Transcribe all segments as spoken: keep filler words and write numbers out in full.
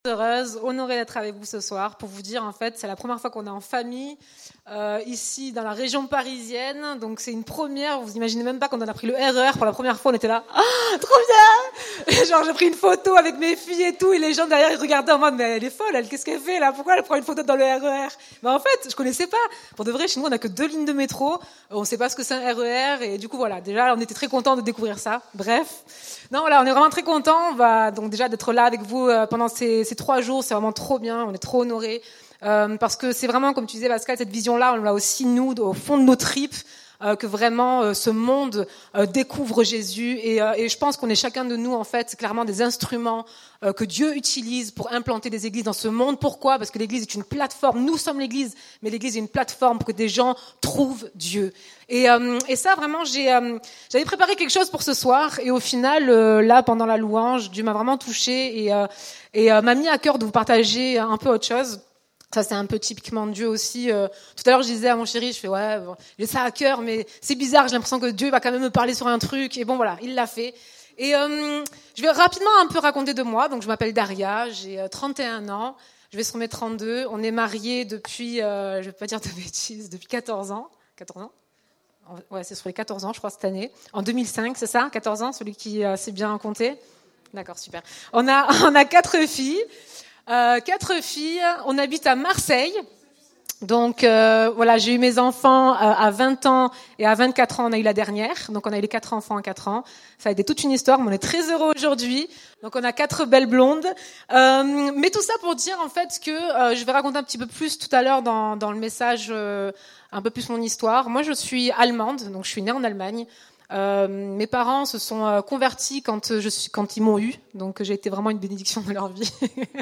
Heureuse, honorée d'être avec vous ce soir pour vous dire en fait c'est la première fois qu'on est en famille euh, ici dans la région parisienne, donc c'est une première. Vous imaginez même pas quand on a pris le R E R pour la première fois, on était là, ah trop bien. Genre j'ai pris une photo avec mes filles et tout, et les gens derrière ils regardaient en mode mais elle est folle, elle qu'est-ce qu'elle fait là, pourquoi elle prend une photo dans le R E R? Mais en fait je connaissais pas. Pour de vrai chez nous on a que deux lignes de métro, on sait pas ce que c'est un R E R, et du coup voilà, déjà on était très contents de découvrir ça. Bref, non voilà, on est vraiment très contents. On va donc déjà d'être là avec vous euh, pendant ces Ces trois jours, c'est vraiment trop bien, on est trop honorés, euh, parce que c'est vraiment, comme tu disais Pascal, cette vision-là, on l'a aussi nous, au fond de nos tripes, euh, que vraiment euh, ce monde euh, découvre Jésus, et, euh, et je pense qu'on est chacun de nous, en fait, clairement des instruments euh, que Dieu utilise pour implanter des églises dans ce monde. Pourquoi ? Parce que l'église est une plateforme, nous sommes l'église, mais l'église est une plateforme pour que des gens trouvent Dieu. Et, euh, et ça, vraiment, j'ai, euh, j'avais préparé quelque chose pour ce soir, et au final, euh, là, pendant la louange, Dieu m'a vraiment touchée, et, euh, et euh, m'a mis à cœur de vous partager un peu autre chose. Ça, c'est un peu typiquement de Dieu aussi. Euh, tout à l'heure, je disais à mon chéri, je fais, ouais, bon, j'ai ça à cœur, mais c'est bizarre, j'ai l'impression que Dieu va quand même me parler sur un truc, et bon, voilà, il l'a fait. Et euh, je vais rapidement un peu raconter de moi. Donc, je m'appelle Daria, j'ai euh, trente et un ans, je vais sur mes trente-deux. On est mariés depuis, euh, je vais pas dire de bêtises, depuis quatorze ans. quatorze ans ? Ouais, c'est sur les quatorze ans, je crois, cette année. En deux mille cinq, c'est ça, quatorze ans, celui qui euh, sait bien compter. D'accord, super. On a, on a quatre filles. Euh, quatre filles. On habite à Marseille. Donc, euh, voilà, j'ai eu mes enfants euh, à vingt ans, et à vingt-quatre ans, on a eu la dernière. Donc, on a eu les quatre enfants en quatre ans. Ça a été toute une histoire, mais on est très heureux aujourd'hui. Donc, on a quatre belles blondes. Euh, mais tout ça pour dire, en fait, que euh, je vais raconter un petit peu plus tout à l'heure dans, dans le message, euh, un peu plus mon histoire. Moi, je suis allemande, donc je suis née en Allemagne. Euh, mes parents se sont euh, convertis quand je suis, quand ils m'ont eu, donc j'ai été vraiment une bénédiction de leur vie.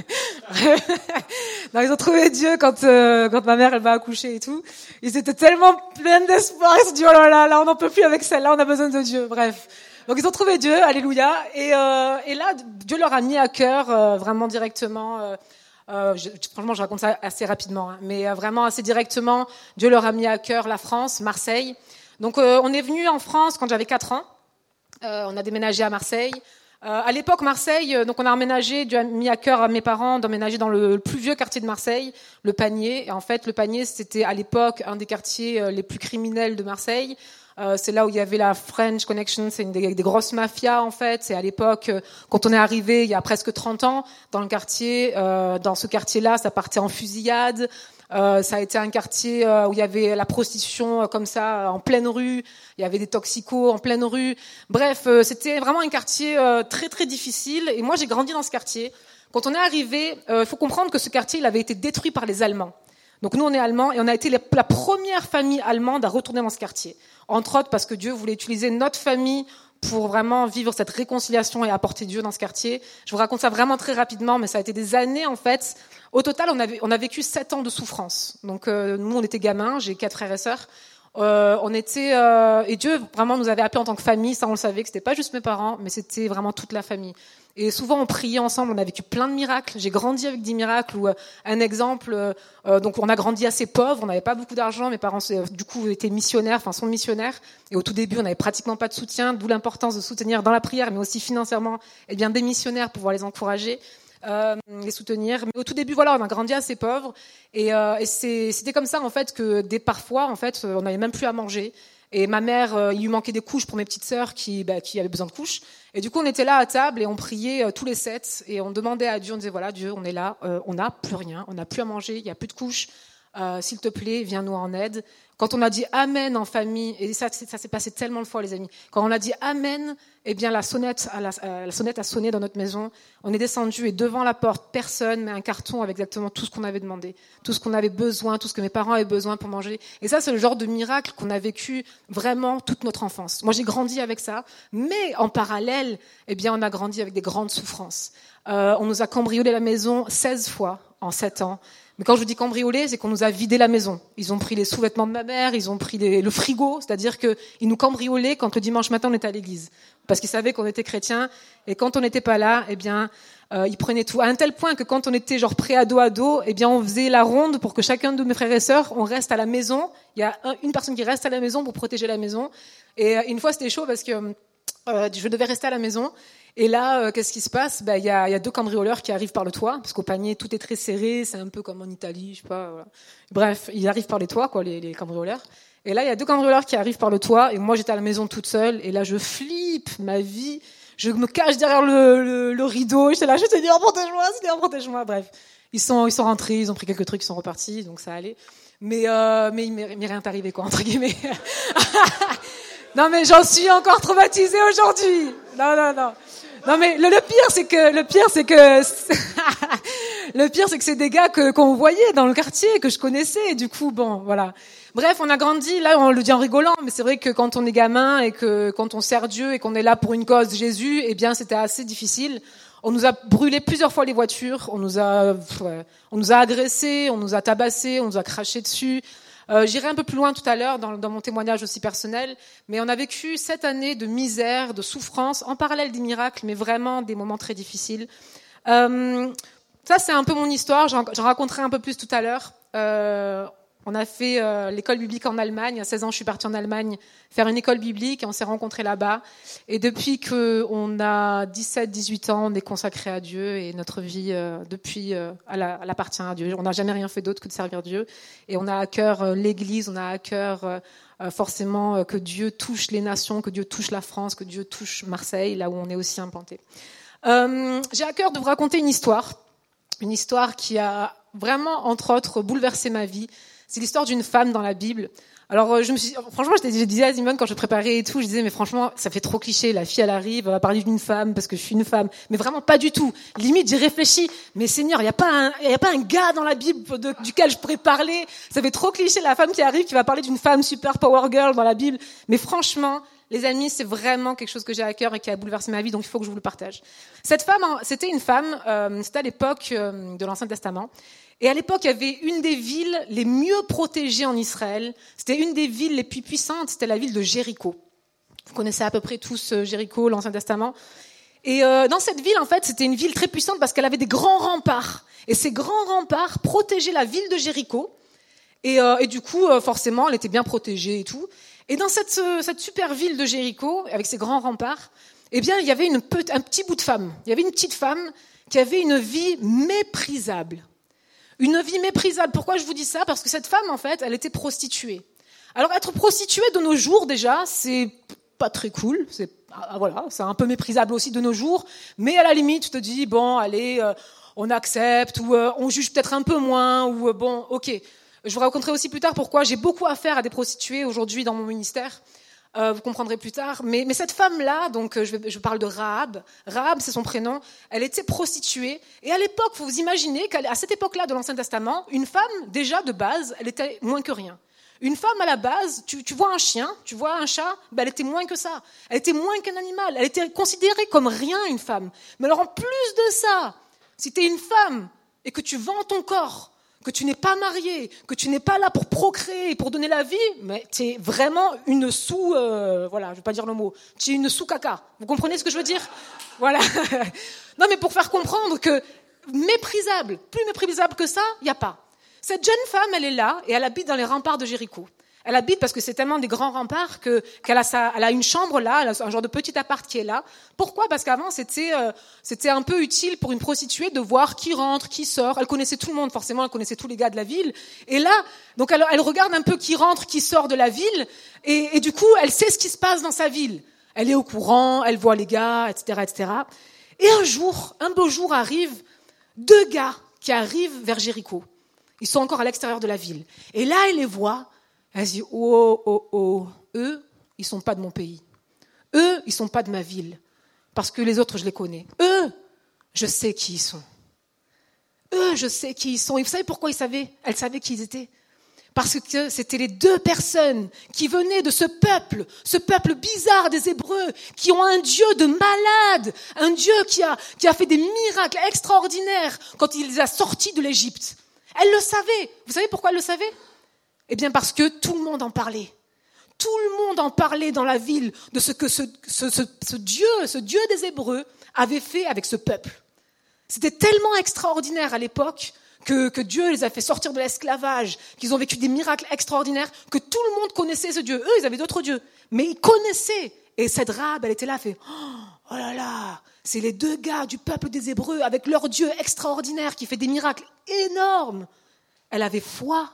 Non, ils ont trouvé Dieu quand euh, quand ma mère elle va accoucher et tout. Ils étaient tellement pleins d'espoir, ils se sont dit oh là là, là on n'en peut plus avec celle-là, on a besoin de Dieu. Bref, donc ils ont trouvé Dieu, alléluia. Et euh, et là Dieu leur a mis à cœur euh, vraiment directement. Euh, Euh, je, franchement, je raconte ça assez rapidement, hein, mais euh, vraiment assez directement. Dieu leur a mis à cœur la France, Marseille. Donc, euh, on est venu en France quand j'avais quatre ans. Euh, on a déménagé à Marseille. Euh, à l'époque, Marseille, euh, donc on a emménagé, Dieu a mis à cœur à mes parents d'emménager dans le, le plus vieux quartier de Marseille, le Panier. Et en fait, le Panier, c'était à l'époque un des quartiers euh, les plus criminels de Marseille. Euh, c'est là où il y avait la French Connection, c'est une des, des grosses mafias en fait. C'est à l'époque, euh, quand on est arrivé il y a presque trente ans dans le quartier, euh, dans ce quartier-là, ça partait en fusillade. Euh, ça a été un quartier euh, où il y avait la prostitution euh, comme ça euh, en pleine rue, il y avait des toxicos en pleine rue. Bref, euh, c'était vraiment un quartier euh, très très difficile. Et moi, j'ai grandi dans ce quartier. Quand on est arrivé, il euh, faut comprendre que ce quartier, il avait été détruit par les Allemands. Donc nous, on est allemands et on a été la première famille allemande à retourner dans ce quartier. Entre autres parce que Dieu voulait utiliser notre famille pour vraiment vivre cette réconciliation et apporter Dieu dans ce quartier. Je vous raconte ça vraiment très rapidement, mais ça a été des années en fait. Au total, on, avait, on a vécu sept ans de souffrance. Donc euh, nous, on était gamins, j'ai quatre frères et sœurs. Euh, on était euh, et Dieu vraiment nous avait appelés en tant que famille. Ça, on le savait que c'était pas juste mes parents, mais c'était vraiment toute la famille. Et souvent, on priait ensemble. On a vécu plein de miracles. J'ai grandi avec des miracles. Où, euh, un exemple, euh, donc on a grandi assez pauvre. On n'avait pas beaucoup d'argent. Mes parents, euh, du coup, étaient missionnaires, enfin sont missionnaires. Et au tout début, on n'avait pratiquement pas de soutien. D'où l'importance de soutenir dans la prière, mais aussi financièrement, eh bien des missionnaires pour pouvoir les encourager. Euh, les soutenir. Mais au tout début, voilà, on a grandi assez pauvre, et, euh, et c'est, c'était comme ça en fait que dès parfois, en fait, on n'avait même plus à manger. Et ma mère, euh, il lui manquait des couches pour mes petites sœurs qui, bah, qui avaient besoin de couches. Et du coup, on était là à table et on priait euh, tous les sept et on demandait à Dieu, on disait voilà, Dieu, on est là, euh, on n'a plus rien, on n'a plus à manger, il y a plus de couches. Euh, s'il te plaît, viens-nous en aide. Quand on a dit Amen en famille, et ça, ça s'est passé tellement de fois, les amis. Quand on a dit Amen, eh bien la sonnette, a, la, la sonnette a sonné dans notre maison. On est descendu et devant la porte, personne, mais un carton avec exactement tout ce qu'on avait demandé, tout ce qu'on avait besoin, tout ce que mes parents avaient besoin pour manger. Et ça, c'est le genre de miracle qu'on a vécu vraiment toute notre enfance. Moi, j'ai grandi avec ça, mais en parallèle, eh bien, on a grandi avec des grandes souffrances. Euh, on nous a cambriolé la maison seize fois en sept ans. Mais quand je vous dis cambrioler, c'est qu'on nous a vidé la maison. Ils ont pris les sous-vêtements de ma mère, ils ont pris les, le frigo, c'est-à-dire qu'ils nous cambriolaient quand le dimanche matin on était à l'église, parce qu'ils savaient qu'on était chrétiens. Et quand on n'était pas là, eh bien, euh, ils prenaient tout. À un tel point que quand on était genre pré-ado ado, eh bien, on faisait la ronde pour que chacun de mes frères et sœurs, on reste à la maison. Il y a un, une personne qui reste à la maison pour protéger la maison. Et euh, une fois, c'était chaud parce que euh, je devais rester à la maison. Et là, euh, qu'est-ce qui se passe ? Ben, il y a, il y a deux cambrioleurs qui arrivent par le toit, parce qu'au panier, tout est très serré, c'est un peu comme en Italie, je sais pas. Voilà. Bref, ils arrivent par les toits, quoi, les, les cambrioleurs. Et là, il y a deux cambrioleurs qui arrivent par le toit, et moi, j'étais à la maison toute seule, et là, je flippe ma vie. Je me cache derrière le, le, le rideau, j'étais là, je te dis, oh, protège-moi, Seigneur, protège-moi. Bref, ils sont, ils sont rentrés, ils ont pris quelques trucs, ils sont repartis, donc ça allait. Mais, euh, mais il m'est, il m'est rien arrivé, quoi, entre guillemets. Non, mais j'en suis encore traumatisée aujourd'hui. Non, non, non. Non, mais le, le pire, c'est que, le pire, c'est que, le pire, c'est que c'est des gars que, qu'on voyait dans le quartier, que je connaissais, et du coup, bon, voilà. Bref, on a grandi, là, on le dit en rigolant, mais c'est vrai que quand on est gamin et que, quand on sert Dieu et qu'on est là pour une cause, Jésus, eh bien, c'était assez difficile. On nous a brûlé plusieurs fois les voitures, on nous a, ouais, on nous a agressés, on nous a tabassés, on nous a craché dessus. Euh, j'irai un peu plus loin tout à l'heure dans, dans mon témoignage aussi personnel, mais on a vécu sept années de misère, de souffrance, en parallèle des miracles, mais vraiment des moments très difficiles. Euh, ça, c'est un peu mon histoire, j'en, j'en raconterai un peu plus tout à l'heure. Euh, on a fait euh, l'école biblique en Allemagne. À seize ans, je suis partie en Allemagne faire une école biblique et on s'est rencontrés là-bas. Et depuis qu'on a dix-sept, dix-huit ans, on est consacré à Dieu et notre vie, euh, depuis, euh, elle, a, elle appartient à Dieu. On n'a jamais rien fait d'autre que de servir Dieu. Et on a à cœur euh, l'Église, on a à cœur euh, forcément euh, que Dieu touche les nations, que Dieu touche la France, que Dieu touche Marseille, là où on est aussi implanté. Euh, j'ai à cœur de vous raconter une histoire, une histoire qui a vraiment, entre autres, bouleversé ma vie. C'est l'histoire d'une femme dans la Bible. Alors, je me suis, franchement, je disais à Simone quand je préparais et tout, je disais, mais franchement, ça fait trop cliché. La fille, elle arrive, elle va parler d'une femme parce que je suis une femme. Mais vraiment pas du tout. Limite, j'ai réfléchi. Mais Seigneur, il y a pas un, il y a pas un gars dans la Bible de, duquel je pourrais parler. Ça fait trop cliché, la femme qui arrive, qui va parler d'une femme super power girl dans la Bible. Mais franchement, les amis, c'est vraiment quelque chose que j'ai à cœur et qui a bouleversé ma vie, donc il faut que je vous le partage. Cette femme, c'était une femme, euh, c'était à l'époque euh, de l'Ancien Testament. Et à l'époque, il y avait une des villes les mieux protégées en Israël. C'était une des villes les plus puissantes, c'était la ville de Jéricho. Vous connaissez à peu près tous Jéricho, l'Ancien Testament. Et euh, dans cette ville, en fait, c'était une ville très puissante parce qu'elle avait des grands remparts. Et ces grands remparts protégeaient la ville de Jéricho. Et, euh, et du coup, euh, forcément, elle était bien protégée et tout. Et dans cette, cette super ville de Jéricho, avec ses grands remparts, eh bien, il y avait une, un petit bout de femme. Il y avait une petite femme qui avait une vie méprisable. Une vie méprisable. Pourquoi je vous dis ça ? Parce que cette femme, en fait, elle était prostituée. Alors, être prostituée de nos jours, déjà, c'est pas très cool. C'est, ah, voilà, c'est un peu méprisable aussi de nos jours. Mais à la limite, tu te dis, bon, allez, euh, on accepte, ou euh, on juge peut-être un peu moins, ou euh, bon, ok. Je vous raconterai aussi plus tard pourquoi j'ai beaucoup à faire à des prostituées aujourd'hui dans mon ministère. Euh, vous comprendrez plus tard. Mais, mais cette femme-là, donc je, vais, je parle de Rahab. Rahab, c'est son prénom. Elle était prostituée. Et à l'époque, faut vous imaginer qu'à cette époque-là de l'Ancien Testament, une femme, déjà de base, elle était moins que rien. Une femme, à la base, tu, tu vois un chien, tu vois un chat, ben elle était moins que ça. Elle était moins qu'un animal. Elle était considérée comme rien, une femme. Mais alors, en plus de ça, si tu es une femme et que tu vends ton corps, que tu n'es pas marié, que tu n'es pas là pour procréer, pour donner la vie, mais tu es vraiment une sous, euh, voilà, je ne vais pas dire le mot, tu es une sous-caca. Vous comprenez ce que je veux dire ? Voilà. Non, mais pour faire comprendre que méprisable, plus méprisable que ça, il n'y a pas. Cette jeune femme, elle est là et elle habite dans les remparts de Jéricho. Elle habite parce que c'est tellement des grands remparts que, qu'elle a, sa, elle a une chambre là, elle a un genre de petit appart qui est là. Pourquoi ? Parce qu'avant, c'était, euh, c'était un peu utile pour une prostituée de voir qui rentre, qui sort. Elle connaissait tout le monde, forcément, elle connaissait tous les gars de la ville. Et là, donc elle, elle regarde un peu qui rentre, qui sort de la ville. Et, et du coup, elle sait ce qui se passe dans sa ville. Elle est au courant, elle voit les gars, et cetera, et cetera. Et un jour, un beau jour arrive, deux gars qui arrivent vers Jéricho. Ils sont encore à l'extérieur de la ville. Et là, elle les voit. Elle se dit, oh, oh, oh, eux, ils sont pas de mon pays. Eux, ils sont pas de ma ville. Parce que les autres, je les connais. Eux, je sais qui ils sont. Eux, je sais qui ils sont. Et vous savez pourquoi ils savaient ? Elles savaient qui ils étaient. Parce que c'était les deux personnes qui venaient de ce peuple, ce peuple bizarre des Hébreux, qui ont un Dieu de malade, un Dieu qui a, qui a fait des miracles extraordinaires quand il les a sortis de l'Égypte. Elles le savaient. Vous savez pourquoi elles le savaient ? Eh bien parce que tout le monde en parlait. Tout le monde en parlait dans la ville de ce que ce, ce, ce, ce Dieu, ce Dieu des Hébreux avait fait avec ce peuple. C'était tellement extraordinaire à l'époque que, que Dieu les a fait sortir de l'esclavage, qu'ils ont vécu des miracles extraordinaires, que tout le monde connaissait ce Dieu. Eux, ils avaient d'autres dieux, mais ils connaissaient. Et cette Rahab, elle était là, elle fait « Oh là là, c'est les deux gars du peuple des Hébreux avec leur Dieu extraordinaire qui fait des miracles énormes. Elle avait foi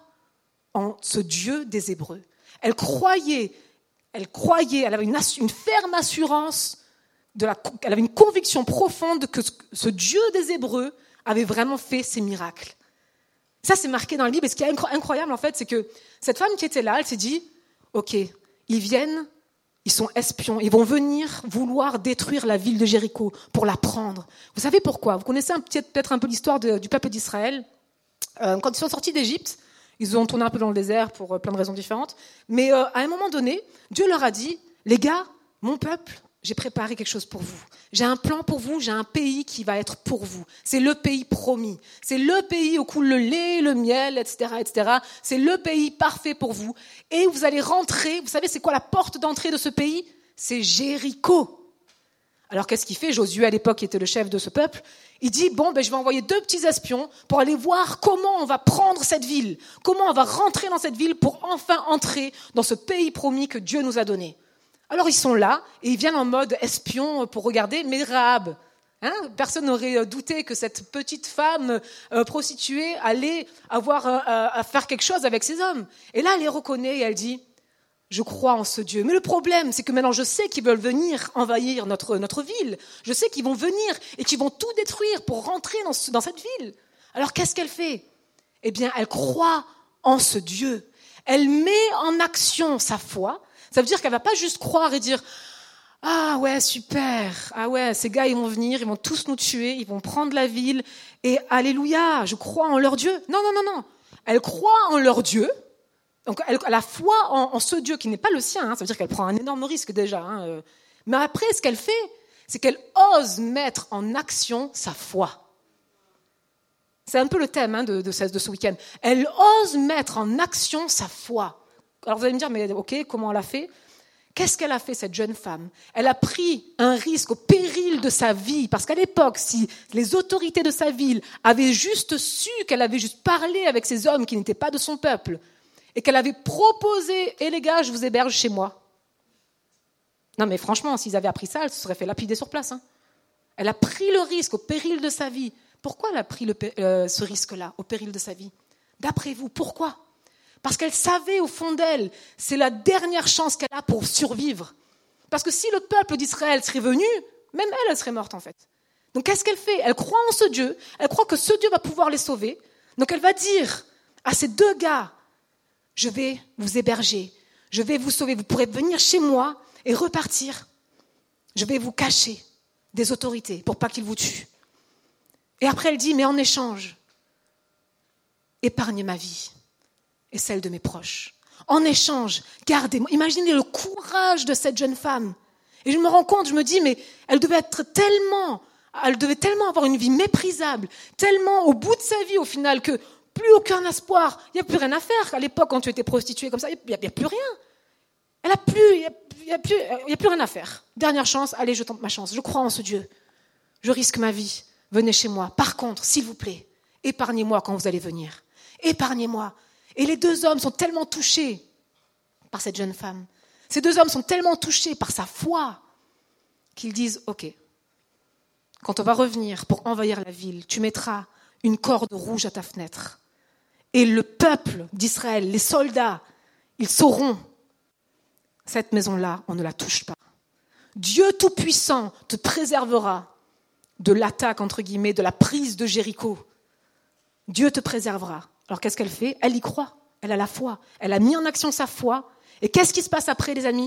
en ce Dieu des Hébreux. Elle croyait, elle croyait, elle avait une, assu- une ferme assurance, de la, elle avait une conviction profonde que ce, ce Dieu des Hébreux avait vraiment fait ces miracles. Ça, c'est marqué dans la Bible. Et ce qui est incroyable, en fait, c'est que cette femme qui était là, elle s'est dit, OK, ils viennent, ils sont espions, ils vont venir vouloir détruire la ville de Jéricho pour la prendre. Vous savez pourquoi ? Vous connaissez un, peut-être un peu l'histoire de, du peuple d'Israël. Euh, quand ils sont sortis d'Égypte, ils ont tourné un peu dans le désert pour euh, plein de raisons différentes. Mais euh, à un moment donné, Dieu leur a dit, les gars, mon peuple, j'ai préparé quelque chose pour vous. J'ai un plan pour vous, j'ai un pays qui va être pour vous. C'est le pays promis. C'est le pays où coule le lait, le miel, et cetera, et cetera. C'est le pays parfait pour vous. Et vous allez rentrer, vous savez c'est quoi la porte d'entrée de ce pays ? C'est Jéricho. Alors qu'est-ce qu'il fait ? Josué, à l'époque, qui était le chef de ce peuple, il dit, bon, ben, je vais envoyer deux petits espions pour aller voir comment on va prendre cette ville, comment on va rentrer dans cette ville pour enfin entrer dans ce pays promis que Dieu nous a donné. Alors ils sont là et ils viennent en mode espion pour regarder, mais Rahab, hein, personne n'aurait douté que cette petite femme euh, prostituée allait avoir euh, à faire quelque chose avec ces hommes. Et là, elle les reconnaît et elle dit, je crois en ce Dieu. Mais le problème, c'est que maintenant je sais qu'ils veulent venir envahir notre, notre ville. Je sais qu'ils vont venir et qu'ils vont tout détruire pour rentrer dans, ce, dans cette ville. Alors qu'est-ce qu'elle fait ? Eh bien, elle croit en ce Dieu. Elle met en action sa foi. Ça veut dire qu'elle ne va pas juste croire et dire « Ah ouais, super, ah ouais, ces gars, ils vont venir, ils vont tous nous tuer, ils vont prendre la ville, et alléluia, je crois en leur Dieu. » Non, non, non, non. Elle croit en leur Dieu. Donc, elle a la foi en, en ce Dieu qui n'est pas le sien. Hein. Ça veut dire qu'elle prend un énorme risque déjà. Hein. Mais après, ce qu'elle fait, c'est qu'elle ose mettre en action sa foi. C'est un peu le thème hein, de, de, ce, de ce week-end. Elle ose mettre en action sa foi. Alors vous allez me dire, mais ok, comment elle a fait ? Qu'est-ce qu'elle a fait, cette jeune femme ? Elle a pris un risque au péril de sa vie, parce qu'à l'époque, si les autorités de sa ville avaient juste su qu'elle avait juste parlé avec ces hommes qui n'étaient pas de son peuple, et qu'elle avait proposé « Eh les gars, je vous héberge chez moi ». Non mais franchement, s'ils avaient appris ça, elle se serait fait lapider sur place. Hein. Elle a pris le risque au péril de sa vie. Pourquoi elle a pris le, euh, ce risque-là, au péril de sa vie ? D'après vous, pourquoi ? Parce qu'elle savait au fond d'elle, c'est la dernière chance qu'elle a pour survivre. Parce que si le peuple d'Israël serait venu, même elle, elle serait morte en fait. Donc qu'est-ce qu'elle fait ? Elle croit en ce Dieu, elle croit que ce Dieu va pouvoir les sauver. Donc elle va dire à ces deux gars, je vais vous héberger, je vais vous sauver, vous pourrez venir chez moi et repartir. Je vais vous cacher des autorités pour pas qu'ils vous tuent. Et après elle dit, mais en échange, épargnez ma vie et celle de mes proches. En échange, gardez-moi. Imaginez le courage de cette jeune femme. Et je me rends compte, je me dis, mais elle devait être tellement, elle devait tellement avoir une vie méprisable, tellement au bout de sa vie au final que plus aucun espoir, il n'y a plus rien à faire. À l'époque, quand tu étais prostituée comme ça, il n'y a, a plus rien. Elle a plus, il n'y a, y a, plus, y a plus rien à faire. Dernière chance, allez, je tente ma chance. Je crois en ce Dieu. Je risque ma vie. Venez chez moi. Par contre, s'il vous plaît, épargnez-moi quand vous allez venir. Épargnez-moi. Et les deux hommes sont tellement touchés par cette jeune femme. Ces deux hommes sont tellement touchés par sa foi qu'ils disent, ok, quand on va revenir pour envahir la ville, tu mettras une corde rouge à ta fenêtre. Et le peuple d'Israël, les soldats, ils sauront, cette maison-là, on ne la touche pas. Dieu Tout-Puissant te préservera de l'attaque, entre guillemets, de la prise de Jéricho. Dieu te préservera. Alors qu'est-ce qu'elle fait ? Elle y croit, elle a la foi. Elle a mis en action sa foi. Et qu'est-ce qui se passe après, les amis ?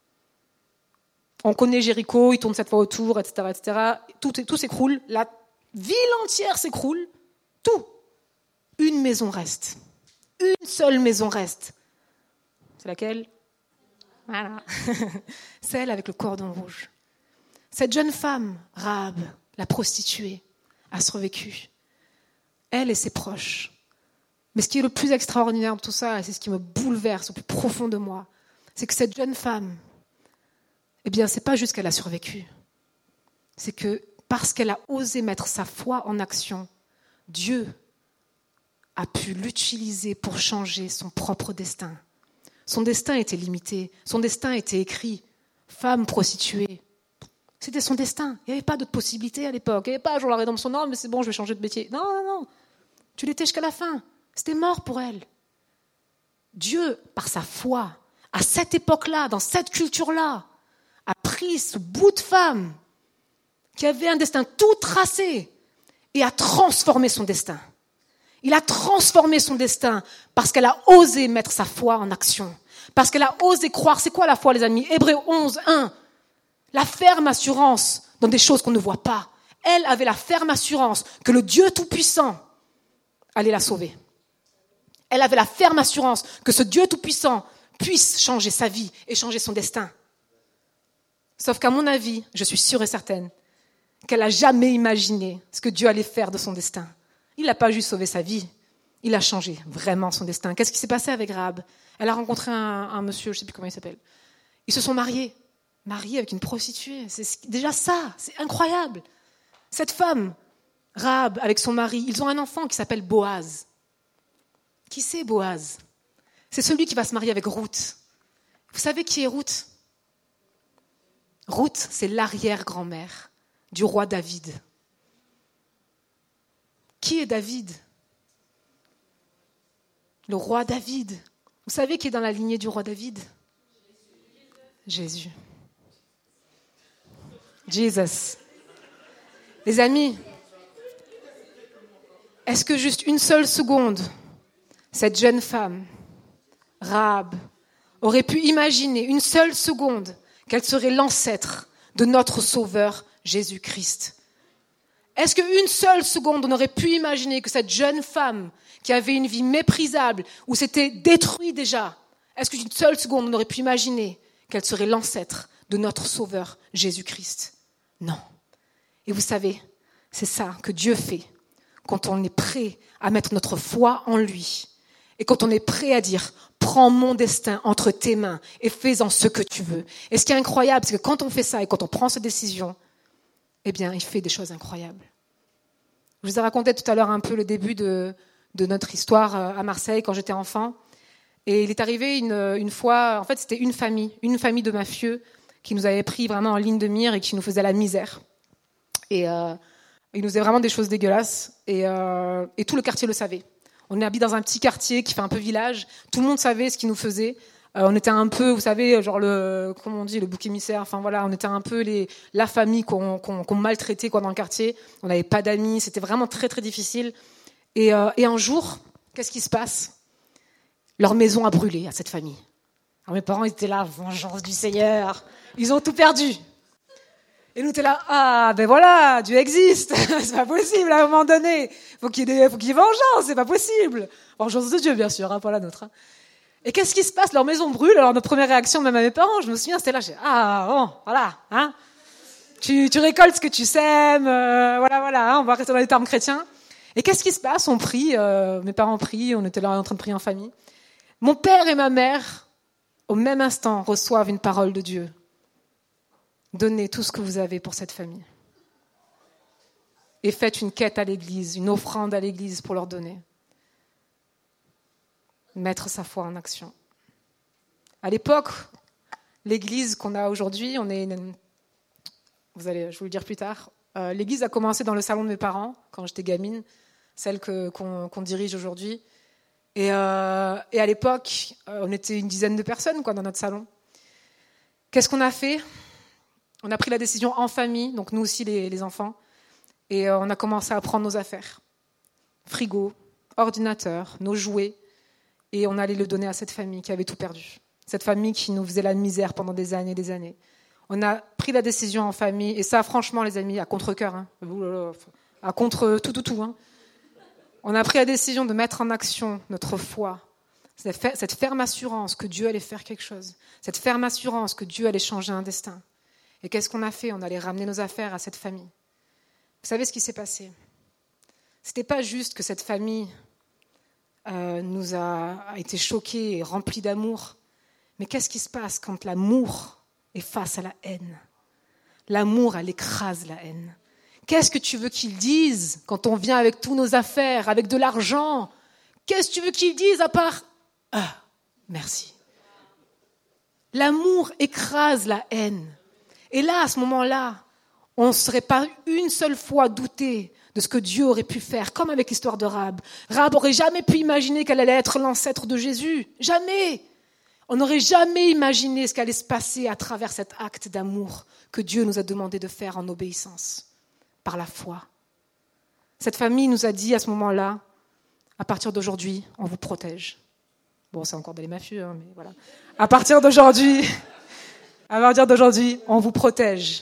On connaît Jéricho, il tourne cette fois autour, et cetera, et cetera. Tout, tout s'écroule, la ville entière s'écroule, tout. Une maison reste. Une seule maison reste. C'est laquelle ? Voilà. Celle avec le cordon rouge. Cette jeune femme, Rahab, la prostituée, a survécu. Elle et ses proches. Mais ce qui est le plus extraordinaire de tout ça, et c'est ce qui me bouleverse au plus profond de moi, c'est que cette jeune femme, eh bien, c'est pas juste qu'elle a survécu. C'est que parce qu'elle a osé mettre sa foi en action, Dieu a pu l'utiliser pour changer son propre destin. Son destin était limité, son destin était écrit. Femme prostituée, C'était son destin. Il n'y avait pas d'autre possibilité à l'époque. Il n'y avait pas, genre, la rédemption, non, mais c'est bon, je vais changer de métier. Non, non, non. Tu l'étais jusqu'à la fin. C'était mort pour elle. Dieu, par sa foi, à cette époque-là, dans cette culture-là, a pris ce bout de femme qui avait un destin tout tracé et a transformé son destin. Il a transformé son destin parce qu'elle a osé mettre sa foi en action. Parce qu'elle a osé croire. C'est quoi la foi, les amis? Hébreux onze, un. La ferme assurance dans des choses qu'on ne voit pas. Elle avait la ferme assurance que le Dieu Tout-Puissant allait la sauver. Elle avait la ferme assurance que ce Dieu Tout-Puissant puisse changer sa vie et changer son destin. Sauf qu'à mon avis, je suis sûre et certaine qu'elle n'a jamais imaginé ce que Dieu allait faire de son destin. Il n'a pas juste sauvé sa vie, il a changé vraiment son destin. Qu'est-ce qui s'est passé avec Rahab? Elle a rencontré un, un monsieur, je ne sais plus comment il s'appelle. Ils se sont mariés, mariés avec une prostituée. C'est déjà ça, c'est incroyable. Cette femme, Rahab, avec son mari, ils ont un enfant qui s'appelle Boaz. Qui c'est Boaz? C'est celui qui va se marier avec Ruth. Vous savez qui est Ruth? Ruth, c'est l'arrière-grand-mère du roi David. Qui est David? Le roi David. Vous savez qui est dans la lignée du roi David? Jésus. Jesus. Les amis, est-ce que juste une seule seconde, cette jeune femme, Rahab, aurait pu imaginer une seule seconde qu'elle serait l'ancêtre de notre Sauveur Jésus-Christ? Est-ce qu'une seule seconde, on aurait pu imaginer que cette jeune femme qui avait une vie méprisable, où c'était détruit déjà, est-ce qu'une seule seconde, on aurait pu imaginer qu'elle serait l'ancêtre de notre Sauveur Jésus-Christ? Non. Et vous savez, c'est ça que Dieu fait quand on est prêt à mettre notre foi en lui et quand on est prêt à dire « Prends mon destin entre tes mains et fais-en ce que tu veux ». Et ce qui est incroyable, c'est que quand on fait ça et quand on prend cette décision, eh bien, il fait des choses incroyables. Je vous ai raconté tout à l'heure un peu le début de, de notre histoire à Marseille quand j'étais enfant. Et il est arrivé une, une fois, en fait, c'était une famille, une famille de mafieux qui nous avait pris vraiment en ligne de mire et qui nous faisait la misère. Et euh, il nous faisait vraiment des choses dégueulasses. Et, euh, et tout le quartier le savait. On habite dans un petit quartier qui fait un peu village. Tout le monde savait ce qu'il nous faisait. Euh, on était un peu, vous savez, genre le, comment on dit, le bouc émissaire. Enfin voilà, on était un peu les, la famille qu'on, qu'on, qu'on maltraitait quoi dans le quartier. On n'avait pas d'amis. C'était vraiment très très difficile. Et, euh, et un jour, qu'est-ce qui se passe? Leur maison a brûlé à cette famille. Alors mes parents ils étaient là, vengeance du Seigneur. Ils ont tout perdu. Et nous étions là, ah ben voilà, Dieu existe. C'est pas possible à un moment donné. Faut qu'il y ait, des, faut qu'il y ait vengeance, c'est pas possible. Vengeance de Dieu bien sûr, hein, pas la nôtre. Hein. Et qu'est-ce qui se passe? Leur maison brûle. Alors notre première réaction, même à mes parents, je me souviens, c'était là, j'ai ah bon, voilà, hein. Tu, tu récoltes ce que tu sèmes, euh, voilà, voilà. Hein, on va rester dans les termes chrétiens. Et qu'est-ce qui se passe? On prie, euh, mes parents prient, on était là en train de prier en famille. Mon père et ma mère, au même instant, reçoivent une parole de Dieu. Donnez tout ce que vous avez pour cette famille. Et faites une quête à l'église, une offrande à l'église pour leur donner. Mettre sa foi en action. À l'époque, l'église qu'on a aujourd'hui, on est, vous allez, je vais vous le dire plus tard. Euh, l'église a commencé dans le salon de mes parents quand j'étais gamine, celle que, qu'on, qu'on dirige aujourd'hui. Et, euh, et à l'époque, euh, on était une dizaine de personnes quoi, dans notre salon. Qu'est-ce qu'on a fait? On a pris la décision en famille, donc nous aussi les, les enfants, et euh, on a commencé à prendre nos affaires. Frigo, ordinateur, nos jouets, et on allait le donner à cette famille qui avait tout perdu. Cette famille qui nous faisait la misère pendant des années et des années. On a pris la décision en famille, et ça franchement les amis, à contre-cœur, hein, à contre tout, tout, tout, hein. On a pris la décision de mettre en action notre foi, cette ferme assurance que Dieu allait faire quelque chose, cette ferme assurance que Dieu allait changer un destin. Et qu'est-ce qu'on a fait? On allait ramener nos affaires à cette famille. Vous savez ce qui s'est passé? Ce n'était pas juste que cette famille euh, nous a, a été choquée et remplie d'amour, mais qu'est-ce qui se passe quand l'amour est face à la haine? L'amour, elle écrase la haine. Qu'est-ce que tu veux qu'ils disent quand on vient avec tous nos affaires, avec de l'argent? Qu'est-ce que tu veux qu'ils disent à part « Ah, merci ». L'amour écrase la haine. Et là, à ce moment-là, on ne serait pas une seule fois douté de ce que Dieu aurait pu faire, comme avec l'histoire de Rahab. Rahab n'aurait jamais pu imaginer qu'elle allait être l'ancêtre de Jésus. Jamais. On n'aurait jamais imaginé ce qui allait se passer à travers cet acte d'amour que Dieu nous a demandé de faire en obéissance, par la foi. Cette famille nous a dit à ce moment-là, à partir d'aujourd'hui, on vous protège. Bon, c'est encore des mafieux, hein, mais voilà. À partir d'aujourd'hui, à partir d'aujourd'hui, on vous protège.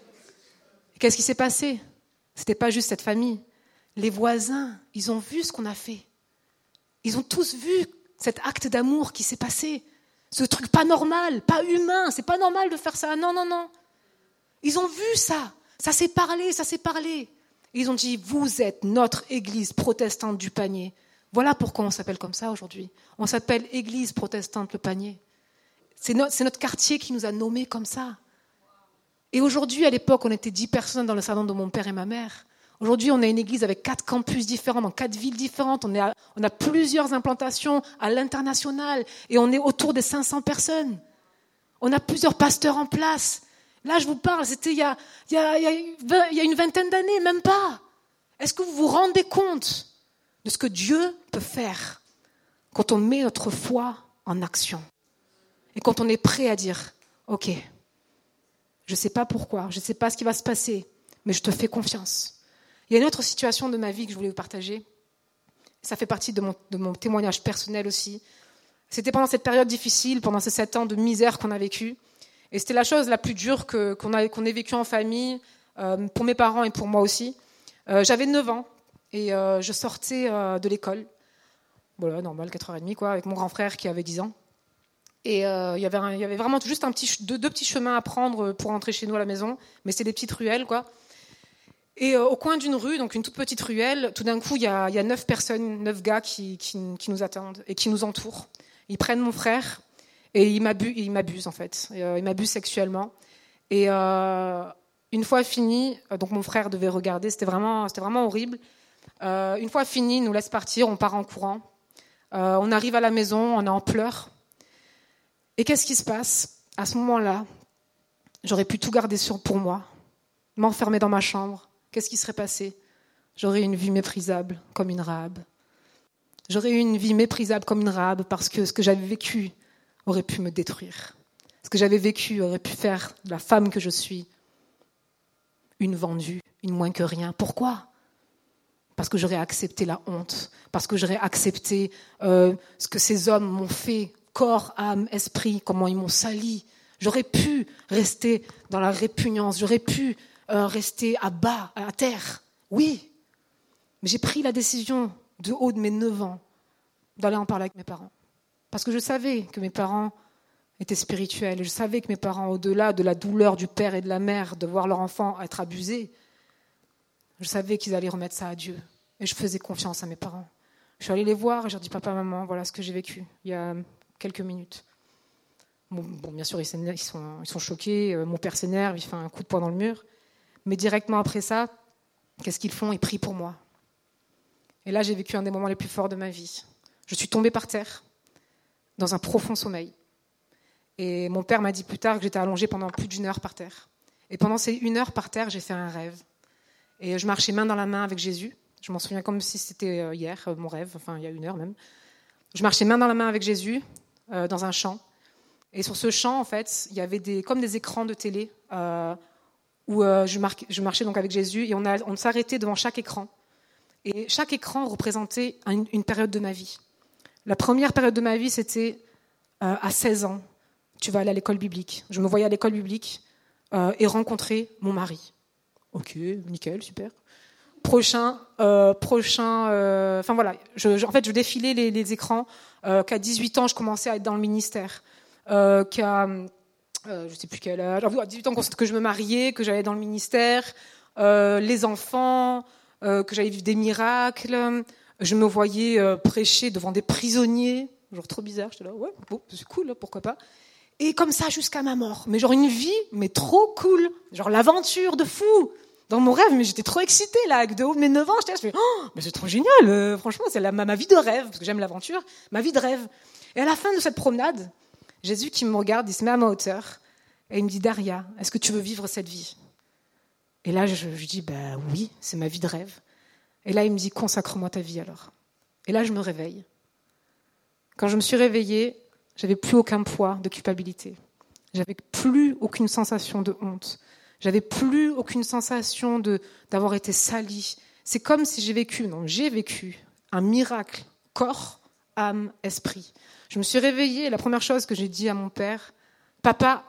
Et qu'est-ce qui s'est passé ? C'était pas juste cette famille. Les voisins, ils ont vu ce qu'on a fait. Ils ont tous vu cet acte d'amour qui s'est passé. Ce truc pas normal, pas humain. C'est pas normal de faire ça. Non, non, non. Ils ont vu ça. Ça s'est parlé, ça s'est parlé. Et ils ont dit, vous êtes notre église protestante du panier. Voilà pourquoi on s'appelle comme ça aujourd'hui. On s'appelle église protestante le panier. C'est notre, c'est notre quartier qui nous a nommés comme ça. Et aujourd'hui, à l'époque, on était dix personnes dans le salon de mon père et ma mère. Aujourd'hui, on a une église avec quatre campus différents, dans quatre villes différentes. On, est à, on a plusieurs implantations à l'international et on est autour des cinq cents personnes. On a plusieurs pasteurs en place. Là, je vous parle, c'était il y a, il y a, il y a, vingt, il y a une vingtaine d'années, même pas. Est-ce que vous vous rendez compte de ce que Dieu peut faire quand on met notre foi en action et quand on est prêt à dire « Ok, je ne sais pas pourquoi, je ne sais pas ce qui va se passer, mais je te fais confiance. » Il y a une autre situation de ma vie que je voulais vous partager. Ça fait partie de mon, de mon témoignage personnel aussi. C'était pendant cette période difficile, pendant ces sept ans de misère qu'on a vécu. Et c'était la chose la plus dure que, qu'on, a, qu'on ait vécue en famille, euh, pour mes parents et pour moi aussi. Euh, j'avais neuf ans et euh, je sortais euh, de l'école. Voilà, normal, quatre heures trente, quoi, avec mon grand frère qui avait dix ans. Et euh, il y avait un, il y avait vraiment juste un petit, deux, deux petits chemins à prendre pour rentrer chez nous à la maison, mais c'était des petites ruelles, quoi. Et euh, au coin d'une rue, donc une toute petite ruelle, tout d'un coup, il y a, il y a neuf personnes, neuf gars qui, qui, qui nous attendent et qui nous entourent. Ils prennent mon frère et ils m'abusent, ils m'abusent en fait. Et, euh, ils m'abusent sexuellement. Et euh, une fois fini, donc mon frère devait regarder, c'était vraiment, c'était vraiment horrible. Euh, une fois fini, ils nous laissent partir, on part en courant. Euh, on arrive à la maison, on est en pleurs. Et qu'est-ce qui se passe ? À ce moment-là, j'aurais pu tout garder sur, pour moi, m'enfermer dans ma chambre. Qu'est-ce qui serait passé ? J'aurais eu une vie méprisable, comme une Rahab. J'aurais eu une vie méprisable comme une Rahab parce que ce que j'avais vécu aurait pu me détruire. Ce que j'avais vécu aurait pu faire de la femme que je suis une vendue, une moins que rien. Pourquoi ? Parce que j'aurais accepté la honte, parce que j'aurais accepté euh, ce que ces hommes m'ont fait, corps, âme, esprit, comment ils m'ont sali. J'aurais pu rester dans la répugnance, j'aurais pu euh, rester à bas, à terre. Oui, mais j'ai pris la décision de haut de mes neuf ans d'aller en parler avec mes parents. Parce que je savais que mes parents étaient spirituels, et je savais que mes parents, au-delà de la douleur du père et de la mère de voir leur enfant être abusé, je savais qu'ils allaient remettre ça à Dieu. Et je faisais confiance à mes parents. Je suis allée les voir et je leur ai dit, papa, maman, voilà ce que j'ai vécu il y a quelques minutes. Bon, bon bien sûr, ils sont, ils sont choqués. Mon père s'énerve, il fait un coup de poing dans le mur. Mais directement après ça, qu'est-ce qu'ils font ? Ils prient pour moi. Et là, j'ai vécu un des moments les plus forts de ma vie. Je suis tombée par terre, dans un profond sommeil. Et mon père m'a dit plus tard que j'étais allongée pendant plus d'une heure par terre. Et pendant ces une heure par terre, j'ai fait un rêve. Et je marchais main dans la main avec Jésus. Je m'en souviens comme si c'était hier, mon rêve, enfin il y a une heure même. Je marchais main dans la main avec Jésus, euh, dans un champ. Et sur ce champ, en fait, il y avait des, comme des écrans de télé, euh, où euh, je, marquais, je marchais donc avec Jésus, et on, a, on s'arrêtait devant chaque écran. Et chaque écran représentait une, une période de ma vie. La première période de ma vie, c'était euh, à seize ans, tu vas aller à l'école biblique. Je me voyais à l'école biblique euh, et rencontrer mon mari. Ok, nickel, super. Prochain, euh, prochain, euh, enfin voilà. Je, je, en fait, je défilais les, les écrans. Euh, qu'à dix-huit ans, je commençais à être dans le ministère. Euh, qu'à, euh, je sais plus quel âge. À dix-huit ans, que je me mariais, que j'allais dans le ministère. Euh, les enfants, euh, que j'allais vivre des miracles. Je me voyais euh, prêcher devant des prisonniers. Genre trop bizarre. J'étais là, ouais, bon, c'est cool, là, pourquoi pas. Et comme ça jusqu'à ma mort. Mais genre une vie, mais trop cool. Genre l'aventure de fou. Dans mon rêve, mais j'étais trop excitée, là, avec de haut de mes neuf ans, j'étais là, je fais, oh, mais c'est trop génial, euh, franchement, c'est la, ma, ma vie de rêve, parce que j'aime l'aventure, ma vie de rêve. Et à la fin de cette promenade, Jésus qui me regarde, il se met à ma hauteur, et il me dit, Daria, est-ce que tu veux vivre cette vie ? Et là, je, je dis, bah oui, c'est ma vie de rêve. Et là, il me dit, consacre-moi ta vie alors. Et là, je me réveille. Quand je me suis réveillée, j'avais plus aucun poids de culpabilité. J'avais plus aucune sensation de honte. J'avais plus aucune sensation de, d'avoir été salie. C'est comme si j'ai vécu, non, j'ai vécu un miracle, corps, âme, esprit. Je me suis réveillée et la première chose que j'ai dit à mon père, papa,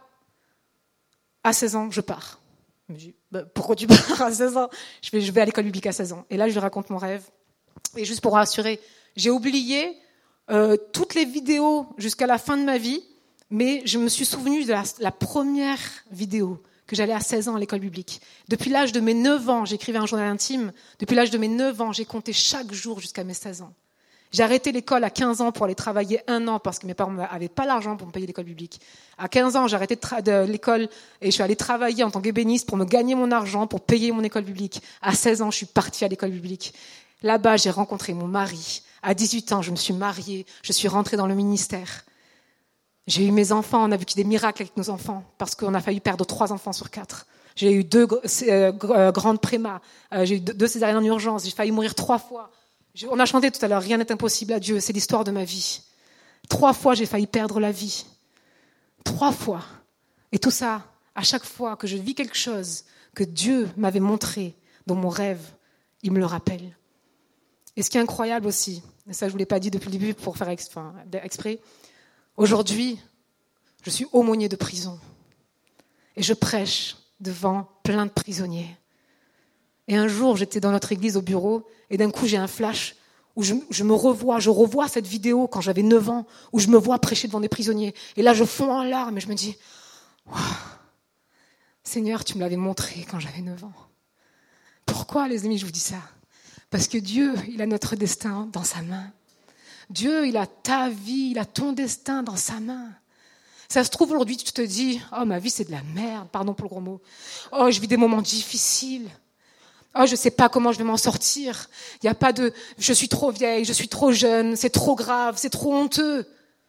à seize ans, je pars. Il me dit, bah, pourquoi tu pars à seize ans? Je vais, je vais à l'école biblique à seize ans. Et là, je lui raconte mon rêve. Et juste pour rassurer, j'ai oublié euh, toutes les vidéos jusqu'à la fin de ma vie, mais je me suis souvenue de la, la première vidéo que j'allais à seize ans à l'école biblique. Depuis l'âge de mes neuf ans, j'écrivais un journal intime. Depuis l'âge de mes neuf ans, j'ai compté chaque jour jusqu'à mes seize ans. J'ai arrêté l'école à quinze ans pour aller travailler un an parce que mes parents n'avaient pas l'argent pour me payer l'école biblique. À quinze ans, j'ai arrêté de, tra- de l'école et je suis allée travailler en tant qu'ébéniste pour me gagner mon argent, pour payer mon école biblique. À seize ans, je suis partie à l'école biblique. Là-bas, j'ai rencontré mon mari. À dix-huit ans, je me suis mariée. Je suis rentrée dans le ministère. J'ai eu mes enfants. On a vécu des miracles avec nos enfants parce qu'on a failli perdre trois enfants sur quatre. J'ai eu deux euh, grandes prémas. Euh, j'ai eu deux césariennes en urgence. J'ai failli mourir trois fois. Je, on a chanté tout à l'heure, rien n'est impossible à Dieu. C'est l'histoire de ma vie. Trois fois, j'ai failli perdre la vie. Trois fois. Et tout ça, à chaque fois que je vis quelque chose que Dieu m'avait montré dans mon rêve, il me le rappelle. Et ce qui est incroyable aussi, et ça je ne vous l'ai pas dit depuis le début pour faire exprès, enfin, exprès, aujourd'hui, je suis aumônier de prison. Et je prêche devant plein de prisonniers. Et un jour, j'étais dans notre église au bureau, et d'un coup, j'ai un flash où je, je me revois, je revois cette vidéo quand j'avais neuf ans, où je me vois prêcher devant des prisonniers. Et là, je fonds en larmes et je me dis, wow, Seigneur, tu me l'avais montré quand j'avais neuf ans. Pourquoi, les amis, je vous dis ça? Parce que Dieu, il a notre destin dans sa main. Dieu, il a ta vie, il a ton destin dans sa main. Ça se trouve, aujourd'hui, tu te dis, oh, ma vie, c'est de la merde, pardon pour le gros mot. Oh, je vis des moments difficiles. Oh, je ne sais pas comment je vais m'en sortir. Il y a pas de, je suis trop vieille, je suis trop jeune, c'est trop grave, c'est trop honteux.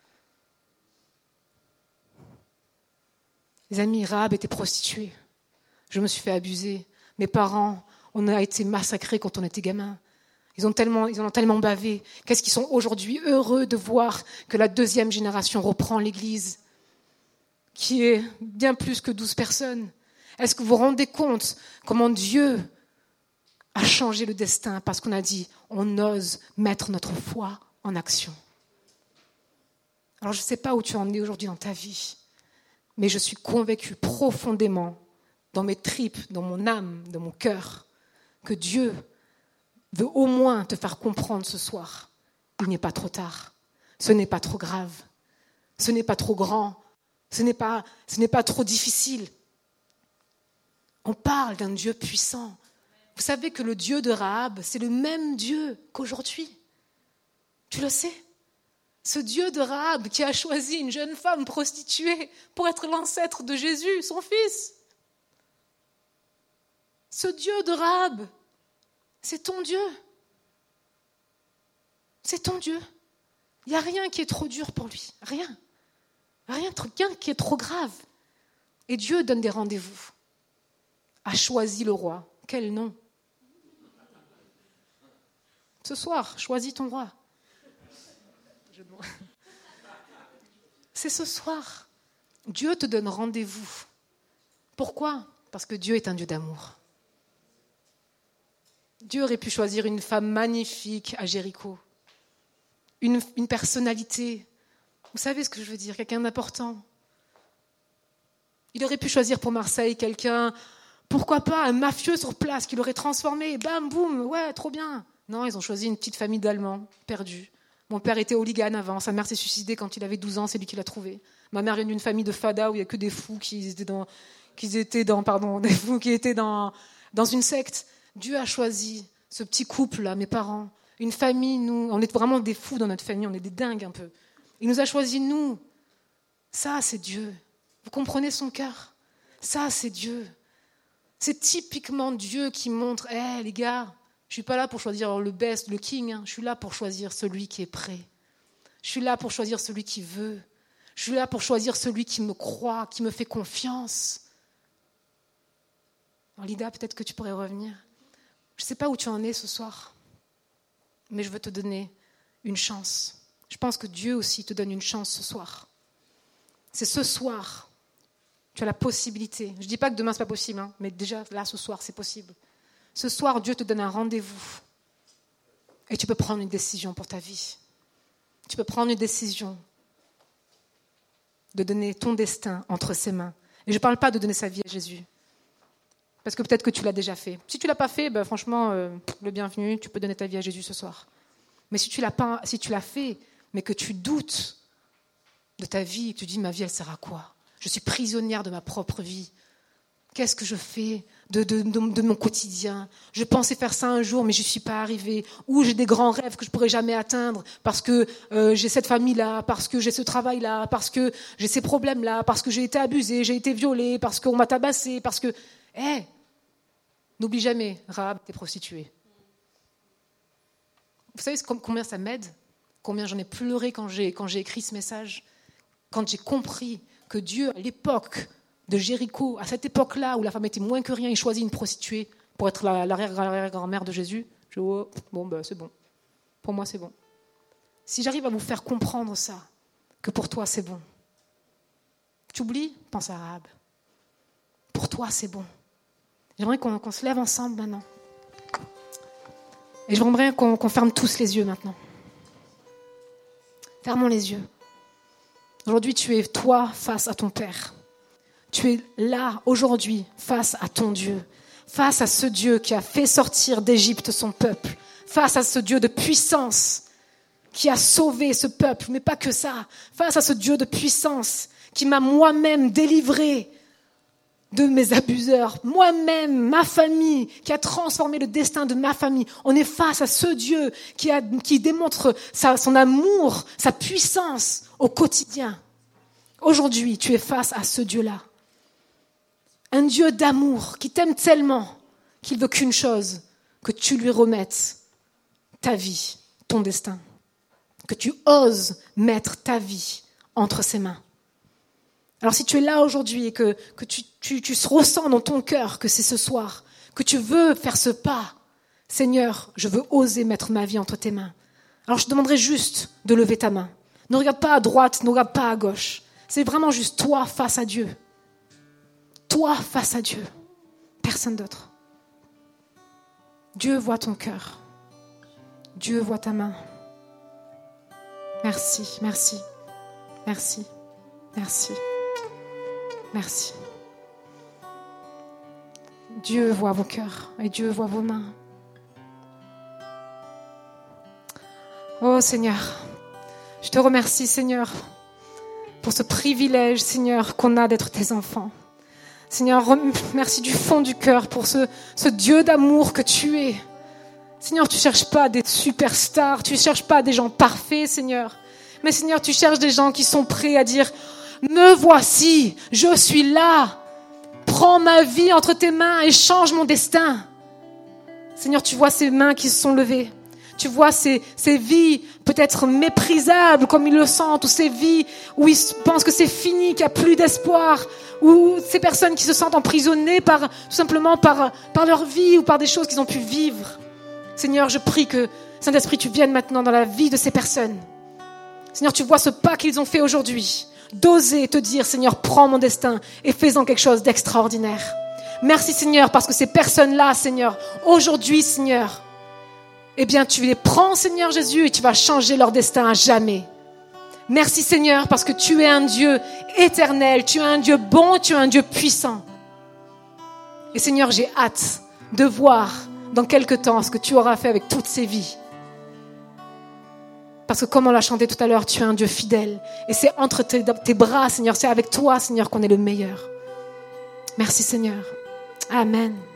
Les amis, Rahab était prostituée. Je me suis fait abuser. Mes parents, on a été massacrés quand on était gamins. Ils ont tellement, ils en ont tellement bavé. Qu'est-ce qu'ils sont aujourd'hui heureux de voir que la deuxième génération reprend l'Église, qui est bien plus que douze personnes. Est-ce que vous vous rendez compte comment Dieu a changé le destin parce qu'on a dit on ose mettre notre foi en action. Alors je ne sais pas où tu en es aujourd'hui dans ta vie, mais je suis convaincue profondément dans mes tripes, dans mon âme, dans mon cœur, que Dieu veut au moins te faire comprendre ce soir. Il n'est pas trop tard, ce n'est pas trop grave, ce n'est pas trop grand, ce n'est pas, ce n'est pas trop difficile. On parle d'un Dieu puissant. Vous savez que le Dieu de Rahab, c'est le même Dieu qu'aujourd'hui. Tu le sais? Ce Dieu de Rahab qui a choisi une jeune femme prostituée pour être l'ancêtre de Jésus, son fils. Ce Dieu de Rahab, c'est ton Dieu. C'est ton Dieu. Il n'y a rien qui est trop dur pour lui. Rien. Rien, rien qui est trop grave. Et Dieu donne des rendez-vous. A choisi le roi. Quel nom? Ce soir, choisis ton roi. C'est ce soir. Dieu te donne rendez-vous. Pourquoi? Parce que Dieu est un Dieu d'amour. Dieu aurait pu choisir une femme magnifique à Jéricho. Une, une personnalité. Vous savez ce que je veux dire? Quelqu'un d'important. Il aurait pu choisir pour Marseille quelqu'un, pourquoi pas, un mafieux sur place qui l'aurait transformé. Bam, boum, ouais, trop bien. Non, ils ont choisi une petite famille d'Allemands, perdus. Mon père était hooligan avant, sa mère s'est suicidée quand il avait douze ans, c'est lui qui l'a trouvé. Ma mère vient d'une famille de fada où il n'y a que des fous qui étaient dans, qui étaient dans, pardon, des fous qui étaient dans, dans une secte. Dieu a choisi ce petit couple-là, mes parents, une famille, nous, on est vraiment des fous dans notre famille, on est des dingues un peu. Il nous a choisis, nous. Ça, c'est Dieu. Vous comprenez son cœur? Ça, c'est Dieu. C'est typiquement Dieu qui montre, hé hey, les gars, je ne suis pas là pour choisir le best, le king, hein. Je suis là pour choisir celui qui est prêt. Je suis là pour choisir celui qui veut. Je suis là pour choisir celui qui me croit, qui me fait confiance. Alors Lida, peut-être que tu pourrais revenir. Je ne sais pas où tu en es ce soir, mais je veux te donner une chance. Je pense que Dieu aussi te donne une chance ce soir. C'est ce soir, tu as la possibilité. Je ne dis pas que demain ce n'est pas possible, hein, mais déjà là, ce soir, c'est possible. Ce soir, Dieu te donne un rendez-vous et tu peux prendre une décision pour ta vie. Tu peux prendre une décision de donner ton destin entre ses mains. Et je ne parle pas de donner sa vie à Jésus. Parce que peut-être que tu l'as déjà fait. Si tu ne l'as pas fait, ben franchement, euh, le bienvenu, tu peux donner ta vie à Jésus ce soir. Mais si tu l'as pas, si tu l'as fait, mais que tu doutes de ta vie, que tu dis, ma vie, elle sert à quoi ? Je suis prisonnière de ma propre vie. Qu'est-ce que je fais de, de, de, de mon quotidien ? Je pensais faire ça un jour, mais je ne suis pas arrivée. Ou j'ai des grands rêves que je ne pourrai jamais atteindre parce que euh, j'ai cette famille-là, parce que j'ai ce travail-là, parce que j'ai ces problèmes-là, parce que j'ai été abusée, j'ai été violée, parce qu'on m'a tabassée, parce que... Eh, hey, n'oublie jamais, Rahab, t'es prostituée. Vous savez combien ça m'aide ? Combien j'en ai pleuré quand j'ai, quand j'ai écrit ce message ? Quand j'ai compris que Dieu, à l'époque de Jéricho, à cette époque-là où la femme était moins que rien, il choisit une prostituée pour être la, l'arrière-grand-mère de Jésus. Je dis, oh, bon, ben, c'est bon. Pour moi, c'est bon. Si j'arrive à vous faire comprendre ça, que pour toi, c'est bon. Tu oublies ? Pense à Rahab. Pour toi, c'est bon. J'aimerais qu'on, qu'on se lève ensemble maintenant. Et j'aimerais qu'on, qu'on ferme tous les yeux maintenant. Fermons les yeux. Aujourd'hui, tu es toi face à ton Père. Tu es là, aujourd'hui, face à ton Dieu. Face à ce Dieu qui a fait sortir d'Égypte son peuple. Face à ce Dieu de puissance qui a sauvé ce peuple. Mais pas que ça. Face à ce Dieu de puissance qui m'a moi-même délivré de mes abuseurs, moi-même, ma famille, qui a transformé le destin de ma famille. On est face à ce Dieu qui, a, qui démontre sa, son amour, sa puissance au quotidien. Aujourd'hui, tu es face à ce Dieu-là. Un Dieu d'amour qui t'aime tellement qu'il veut qu'une chose, que tu lui remettes ta vie, ton destin. Que tu oses mettre ta vie entre ses mains. Alors si tu es là aujourd'hui et que, que tu, tu, tu ressens dans ton cœur que c'est ce soir, que tu veux faire ce pas, Seigneur, je veux oser mettre ma vie entre tes mains. Alors je te demanderai juste de lever ta main. Ne regarde pas à droite, ne regarde pas à gauche. C'est vraiment juste toi face à Dieu. Toi face à Dieu. Personne d'autre. Dieu voit ton cœur. Dieu voit ta main. Merci, merci, merci, merci. Merci. Dieu voit vos cœurs et Dieu voit vos mains. Oh Seigneur, je te remercie Seigneur pour ce privilège Seigneur qu'on a d'être tes enfants. Seigneur, merci du fond du cœur pour ce, ce Dieu d'amour que tu es. Seigneur, tu ne cherches pas des superstars, tu ne cherches pas des gens parfaits Seigneur. Mais Seigneur, tu cherches des gens qui sont prêts à dire me voici, je suis là. Prends ma vie entre tes mains et change mon destin. Seigneur, tu vois ces mains qui se sont levées. Tu vois ces, ces vies peut-être méprisables comme ils le sentent, ou ces vies où ils pensent que c'est fini, qu'il n'y a plus d'espoir, ou ces personnes qui se sentent emprisonnées par, tout simplement par, par leur vie ou par des choses qu'ils ont pu vivre. Seigneur, je prie que, Saint-Esprit, tu viennes maintenant dans la vie de ces personnes. Seigneur, tu vois ce pas qu'ils ont fait aujourd'hui. D'oser te dire, Seigneur, prends mon destin et fais-en quelque chose d'extraordinaire. Merci, Seigneur, parce que ces personnes-là, Seigneur, aujourd'hui, Seigneur, eh bien, tu les prends, Seigneur Jésus, et tu vas changer leur destin à jamais. Merci, Seigneur, parce que tu es un Dieu éternel, tu es un Dieu bon, tu es un Dieu puissant. Et Seigneur, j'ai hâte de voir dans quelque temps ce que tu auras fait avec toutes ces vies. Parce que comme on l'a chanté tout à l'heure, tu es un Dieu fidèle. Et c'est entre tes, tes bras, Seigneur, c'est avec toi, Seigneur, qu'on est le meilleur. Merci, Seigneur. Amen.